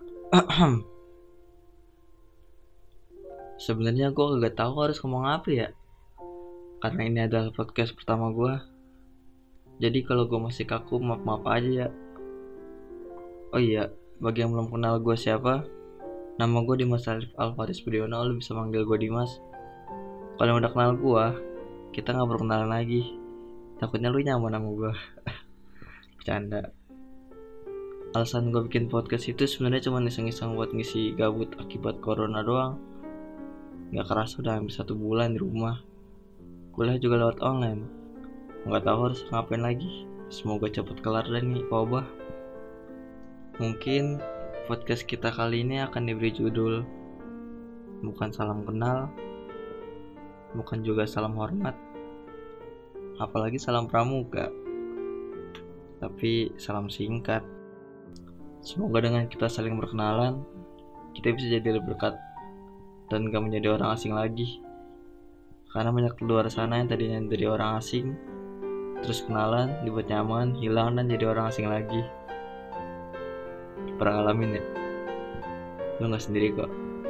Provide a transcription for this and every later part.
Sebenarnya gue gak tahu harus ngomong apa ya, karena ini adalah podcast pertama gue. Jadi kalau gue masih kaku, maaf aja ya. Oh iya, bagi yang belum kenal gue siapa, nama gue Dimas Alvaris Budiono. Lu bisa manggil gue Dimas. Kalau yang udah kenal gue, kita nggak perlu kenalan lagi. Takutnya lu nyaman sama gue. Bercanda. Alasan gue bikin podcast itu sebenarnya cuma iseng-iseng buat ngisi gabut akibat corona doang. Gak kerasa udah hampir 1 bulan di rumah. Kuliah juga lewat online. Nggak tahu harus ngapain lagi. Semoga cepet kelar dan nih wabah. Mungkin podcast kita kali ini akan diberi judul bukan salam kenal, bukan juga salam hormat, apalagi salam pramuka, tapi salam singkat. Semoga dengan kita saling berkenalan, kita bisa jadi lebih dekat dan gak menjadi orang asing lagi. Karena banyak di luar sana yang tadinya dari orang asing, terus kenalan, dibuat nyaman, hilang dan jadi orang asing lagi. Pernah ngalamin ya? Lu gak sendiri kok.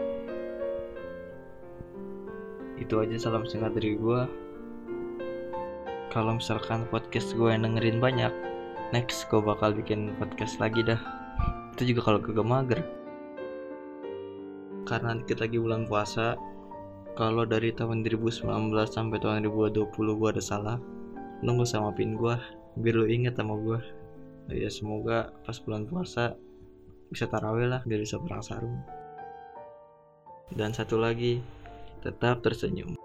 Itu aja salam singkat dari gue. Kalau misalkan podcast gue yang dengerin banyak, next gue bakal bikin podcast lagi dah. Itu juga kalau kagak mager. Karena dikit lagi bulan puasa. Kalau dari tahun 2019 sampai tahun 2020 gue ada salah, lu gak usah maafin gue, biar lu inget sama gue. Ya semoga pas bulan puasa bisa tarawih lah, biar bisa perang sarung. Dan satu lagi, tetap tersenyum.